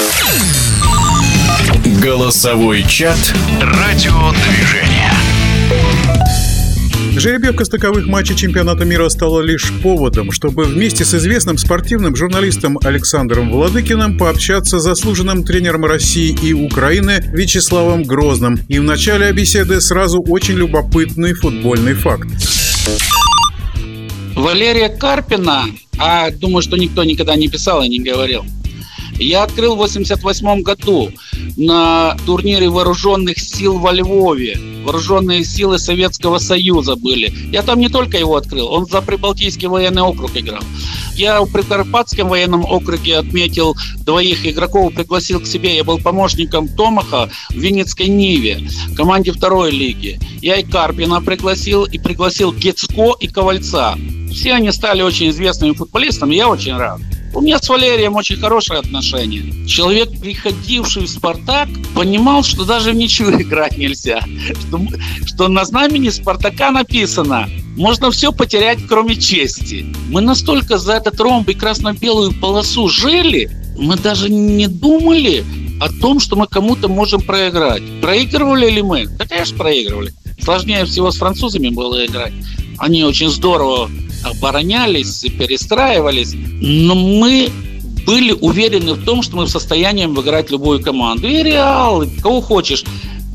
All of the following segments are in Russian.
Голосовой чат радиодвижения. Жеребьевка стыковых матчей чемпионата мира стала лишь поводом, чтобы вместе с известным спортивным журналистом Александром Владыкиным пообщаться с заслуженным тренером России и Украины Вячеславом Грозным. И в начале беседы сразу очень любопытный футбольный факт. Валерия Карпина, думаю, что никто никогда не писал и не говорил, я открыл в 1988 году на турнире вооруженных сил во Львове. Вооруженные силы Советского Союза были. Я там не только его открыл, он за Прибалтийский военный округ играл. Я в Прикарпатском военном округе отметил 2 игроков, пригласил к себе. Я был помощником Томаха в Винницкой Ниве, команде 2-й лиги. Я и Карпина пригласил, и пригласил Гецко и Ковальца. Все они стали очень известными футболистами, я очень рад. У меня с Валерием очень хорошие отношения. Человек, приходивший в «Спартак», понимал, что даже в ничью играть нельзя. Что на знамени «Спартака» написано: можно все потерять, кроме чести. Мы настолько за этот ромб и красно-белую полосу жили, мы даже не думали о том, что мы кому-то можем проиграть. Проигрывали ли мы? Да, конечно, проигрывали. Сложнее всего с французами было играть. Они очень здорово оборонялись, перестраивались, но мы были уверены в том, что мы в состоянии выиграть любую команду. И Реал, и кого хочешь.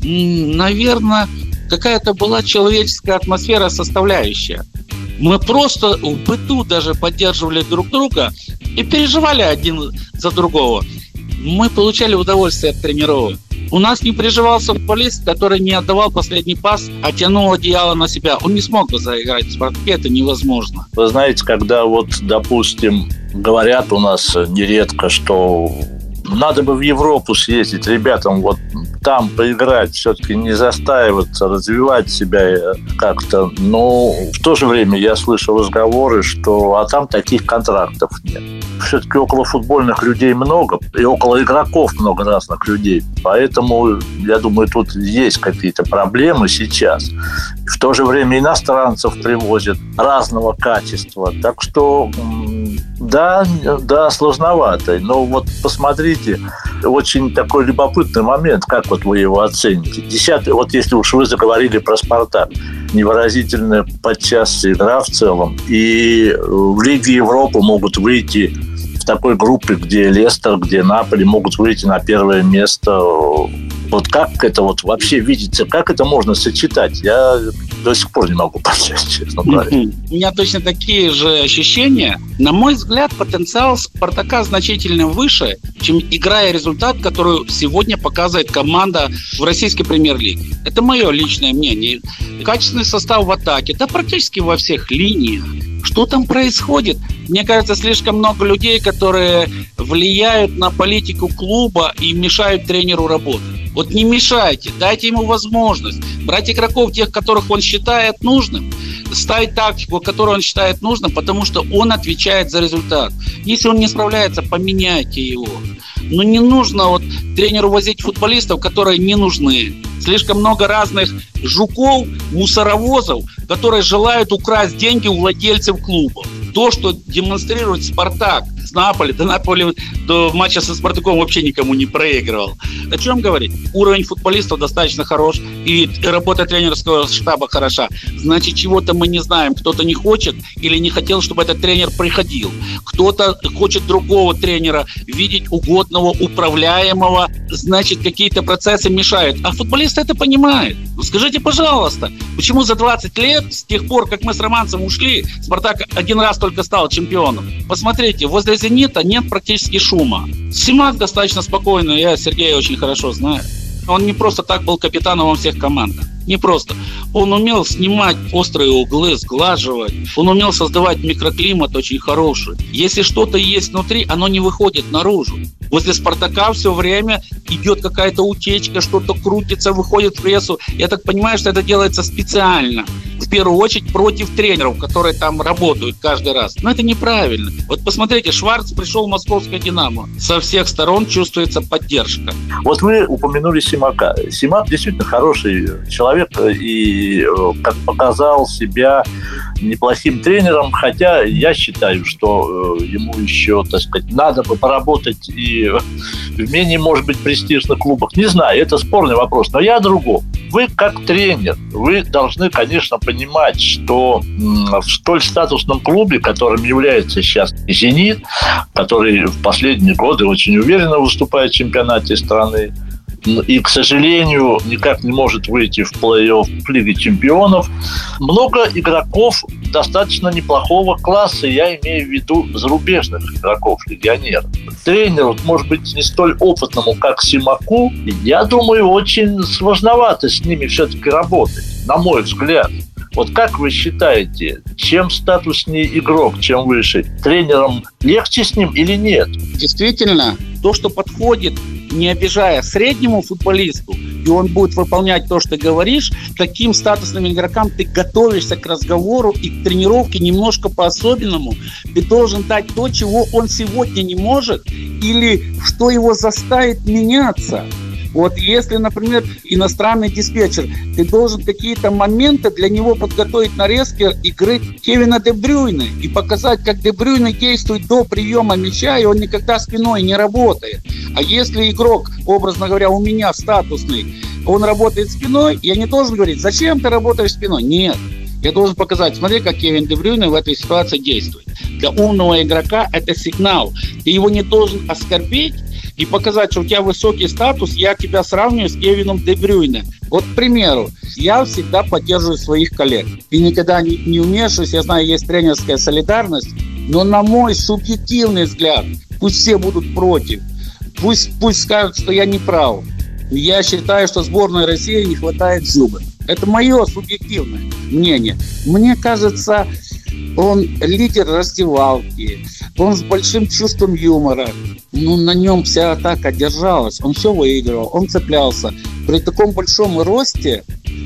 Наверное, какая-то была человеческая атмосфера составляющая. Мы просто в быту даже поддерживали друг друга и переживали один за другого. Мы получали удовольствие от тренировок. У нас не приживался футболист, который не отдавал последний пас, а тянул одеяло на себя. Он не смог бы заиграть в «Спартаке», это невозможно. Вы знаете, когда допустим, говорят у нас нередко, что надо бы в Европу съездить ребятам, там поиграть, все-таки не застаиваться, развивать себя как-то. Но в то же время я слышал разговоры, что там таких контрактов нет. Все-таки около футбольных людей много, и около игроков много разных людей. Поэтому, я думаю, тут есть какие-то проблемы сейчас. В то же время иностранцев привозят разного качества. Так что, да, сложновато. Но посмотрите, очень такой любопытный момент, как вы его оцените. 10-й, если уж вы заговорили про «Спартак», невыразительная подчас игра в целом. И в Лиге Европы могут выйти в такой группе, где Лестер, где Наполи, могут выйти на первое место. Как это вообще видите, как это можно сочетать? Я до сих пор не могу понять, честно говоря. У меня точно такие же ощущения. На мой взгляд, потенциал «Спартака» значительно выше, чем игра и результат, которую сегодня показывает команда в российской премьер-лиге. Это мое личное мнение. Качественный состав в атаке, да практически во всех линиях. Что там происходит? Мне кажется, слишком много людей, которые влияют на политику клуба и мешают тренеру работать. Не мешайте, дайте ему возможность брать игроков, тех, которых он считает нужным, ставить тактику, которую он считает нужным, потому что он отвечает за результат. Если он не справляется, поменяйте его. Но не нужно тренеру возить футболистов, которые не нужны. Слишком много разных жуков, мусоровозов, которые желают украсть деньги у владельцев клубов. То, что демонстрирует «Спартак» с Наполи, до матча со «Спартаком» вообще никому не проигрывал. О чем говорить? Уровень футболистов достаточно хорош, и работа тренерского штаба хороша. Значит, чего-то мы не знаем. Кто-то не хочет или не хотел, чтобы этот тренер приходил. Кто-то хочет другого тренера видеть, угодного, управляемого. Значит, какие-то процессы мешают. А футболист это понимает. Скажите, пожалуйста, почему за 20 лет, с тех пор, как мы с Романцем ушли, «Спартак» один раз только стал чемпионом? Посмотрите, возле «Зенита» нет практически шума. Симак достаточно спокойный, я Сергея очень хорошо знаю. Он не просто так был капитаном во всех командах. Не просто. Он умел снимать острые углы, сглаживать. Он умел создавать микроклимат очень хороший. Если что-то есть внутри, оно не выходит наружу. Возле «Спартака» все время идет какая-то утечка, что-то крутится, выходит в прессу. Я так понимаю, что это делается специально. в первую очередь против тренеров, которые там работают каждый раз. Но это неправильно. Вот посмотрите, Шварц пришел в московское «Динамо». Со всех сторон чувствуется поддержка. Вот вы упомянули Симака. Симак действительно хороший человек и как показал себя неплохим тренером, хотя я считаю, что ему еще, так сказать, надо бы поработать и в менее, может быть, престижных клубах. Не знаю, это спорный вопрос, но я о другом. Вы как тренер, вы должны, конечно, понимать, что в столь статусном клубе, которым является сейчас «Зенит», который в последние годы очень уверенно выступает в чемпионате страны, и, к сожалению, никак не может выйти в плей-офф Лиги чемпионов. Много игроков достаточно неплохого класса, я имею в виду зарубежных игроков, легионеров. Тренеру, может быть, не столь опытному, как Симаку, я думаю, очень сложновато с ними все-таки работать, на мой взгляд. Вот как вы считаете, чем статуснее игрок, чем выше, тренером легче с ним или нет? Действительно, то, что подходит, не обижая среднему футболисту, и он будет выполнять то, что ты говоришь, таким статусным игрокам ты готовишься к разговору и к тренировке немножко по-особенному. Ты должен дать то, чего он сегодня не может, или что его заставит меняться. Вот если, например, иностранный диспетчер, ты должен какие-то моменты для него подготовить нарезки игры Кевина Де Брюйне и показать, как Де Брюйне действует до приема мяча, и он никогда спиной не работает. А если игрок, образно говоря, у меня статусный, он работает спиной, я не должен говорить, зачем ты работаешь спиной? Нет. Я должен показать, смотри, как Кевин Де Брюйне в этой ситуации действует. Для умного игрока это сигнал. Ты его не должен оскорбить и показать, что у тебя высокий статус, я тебя сравниваю с Кевином Де Брюйне. Вот, к примеру, я всегда поддерживаю своих коллег. И никогда не вмешиваюсь, я знаю, есть тренерская солидарность, но на мой субъективный взгляд, пусть все будут против, пусть скажут, что я не прав. Я считаю, что сборной России не хватает зуба. Это мое субъективное мнение. Мне кажется, он лидер раздевалки, он с большим чувством юмора. На нем вся атака держалась, он все выигрывал, он цеплялся. При таком большом росте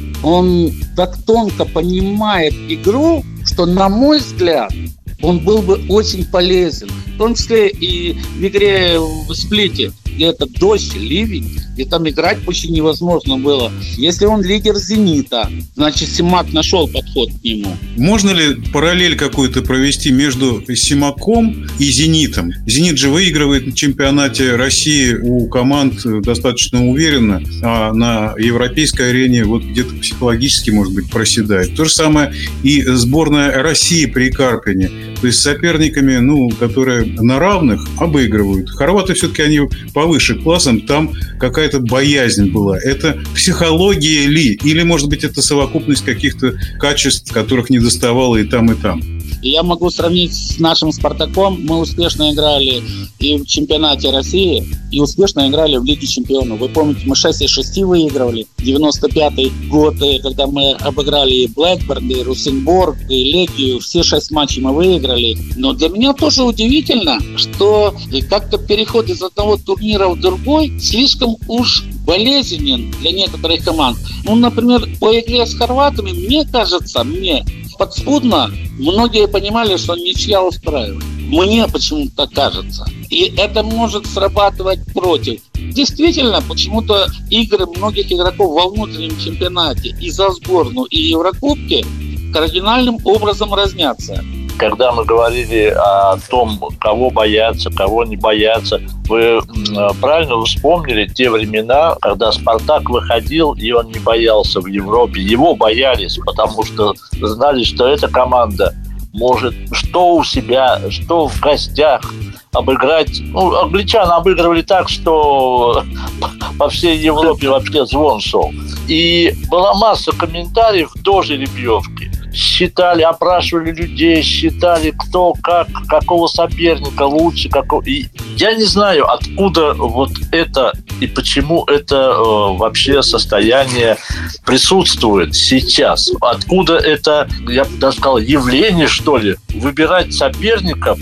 он так тонко понимает игру, что, на мой взгляд, он был бы очень полезен. В том числе и в игре в Сплите, где это дождь, ливень, где там играть почти невозможно было. Если он лидер «Зенита», значит, Симак нашел подход к нему. Можно ли параллель какую-то провести между Симаком и «Зенитом»? «Зенит» же выигрывает на чемпионате России у команд достаточно уверенно, а на европейской арене вот где-то психологически, может быть, проседает. То же самое и сборная России при Карпине. То есть с соперниками, которые на равных, обыгрывают. Хорваты все-таки они повыше классом, там какая-то боязнь была. Это психология ли? Или, может быть, это совокупность каких-то качеств, которых не доставало и там, и там? Я могу сравнить с нашим «Спартаком». Мы успешно играли и в чемпионате России, и успешно играли в Лиге чемпионов. Вы помните, мы 6 из 6 выигрывали. 95-й год, когда мы обыграли и Блэкберн, и Русенбург, и Легию. Все 6 матчей мы выиграли. Но для меня тоже удивительно, что как-то переход из одного турнира в другой слишком уж болезненен для некоторых команд. Например, по игре с хорватами, мне кажется, подспудно многие понимали, что ничья устраивает. Мне почему-то кажется. И это может срабатывать против. Действительно, почему-то игры многих игроков во внутреннем чемпионате и за сборную, и Еврокубки кардинальным образом разнятся. Когда мы говорили о том, кого бояться, кого не бояться, вы правильно вспомнили те времена, когда «Спартак» выходил, и он не боялся в Европе. Его боялись, потому что знали, что эта команда может что у себя, что в гостях обыграть. Англичан обыгрывали так, что по всей Европе вообще звон шел. И была масса комментариев до жеребьевки. Считали, опрашивали людей, считали, кто, как, какого соперника лучше, какого. И я не знаю, откуда вот это и почему это вообще состояние присутствует сейчас. Откуда это, я бы даже сказал, явление, что ли, выбирать соперника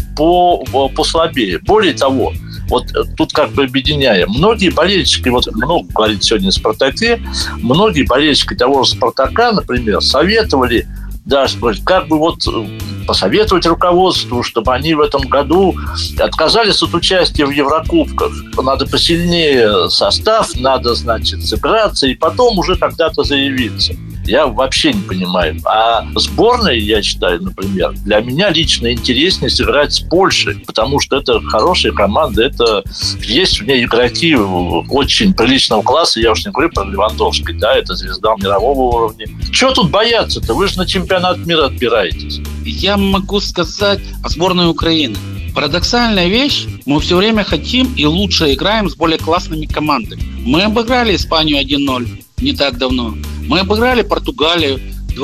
послабее. Более того, вот тут как бы объединяя. Многие болельщики, много говорит сегодня о «Спартаке», многие болельщики того же «Спартака», например, советовали Да, как бы вот посоветовать руководству, чтобы они в этом году отказались от участия в Еврокубках. Надо посильнее состав, надо, значит, сыграться и потом уже когда-то заявиться. Я вообще не понимаю. А сборная, я считаю, например, для меня лично интереснее сыграть с Польшей, потому что это хорошая команда, это есть в ней игроки очень приличного класса, я уж не говорю про Левандовского, да, это звезда мирового уровня. Чего тут бояться-то? Вы же на чемпионат мира отбираетесь. Я могу сказать о сборной Украины. Парадоксальная вещь, мы все время хотим и лучше играем с более классными командами. Мы обыграли Испанию 1-0 не так давно. Мы обыграли Португалию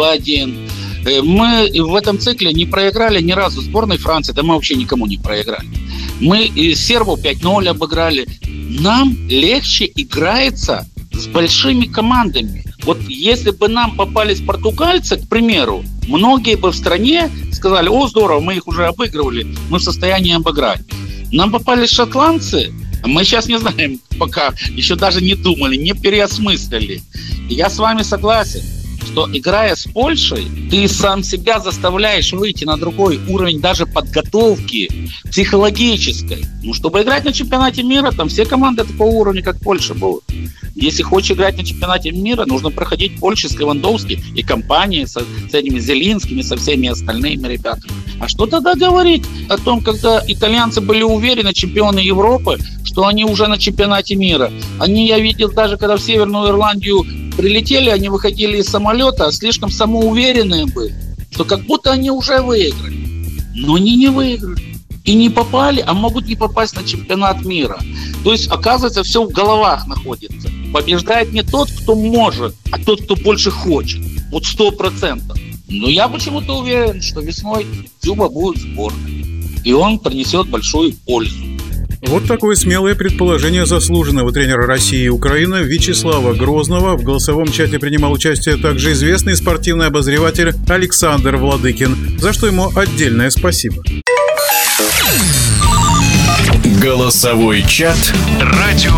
2-1. Мы в этом цикле не проиграли ни разу сборной Франции, да мы вообще никому не проиграли. Мы сербов 5-0 обыграли. Нам легче играется с большими командами. Вот если бы нам попались португальцы, к примеру, многие бы в стране сказали: о, здорово, мы их уже обыгрывали, мы в состоянии обыграть. Нам попались шотландцы, а мы сейчас не знаем, пока еще даже не думали, не переосмыслили. И я с вами согласен, что играя с Польшей, ты сам себя заставляешь выйти на другой уровень даже подготовки психологической. Ну, чтобы играть на чемпионате мира, там все команды такого уровня, как Польша, будут. Если хочешь играть на чемпионате мира, нужно проходить Польшу с Левандовским и компанией, с этими Зелинскими, со всеми остальными ребятами. А что тогда говорить о том, когда итальянцы были уверены, чемпионы Европы, что они уже на чемпионате мира? Я видел даже, когда в Северную Ирландию прилетели, они выходили из самолета, слишком самоуверенные были, что как будто они уже выиграли. Но они не выиграли. И не попали, а могут не попасть на чемпионат мира. То есть, оказывается, все в головах находится. Побеждает не тот, кто может, а тот, кто больше хочет. Вот 100%. Но я почему-то уверен, что весной Дзюба будет в сборной. И он принесет большую пользу. Вот такое смелое предположение заслуженного тренера России и Украины Вячеслава Грозного. В голосовом чате принимал участие также известный спортивный обозреватель Александр Владыкин, за что ему отдельное спасибо. Голосовой чат «Радио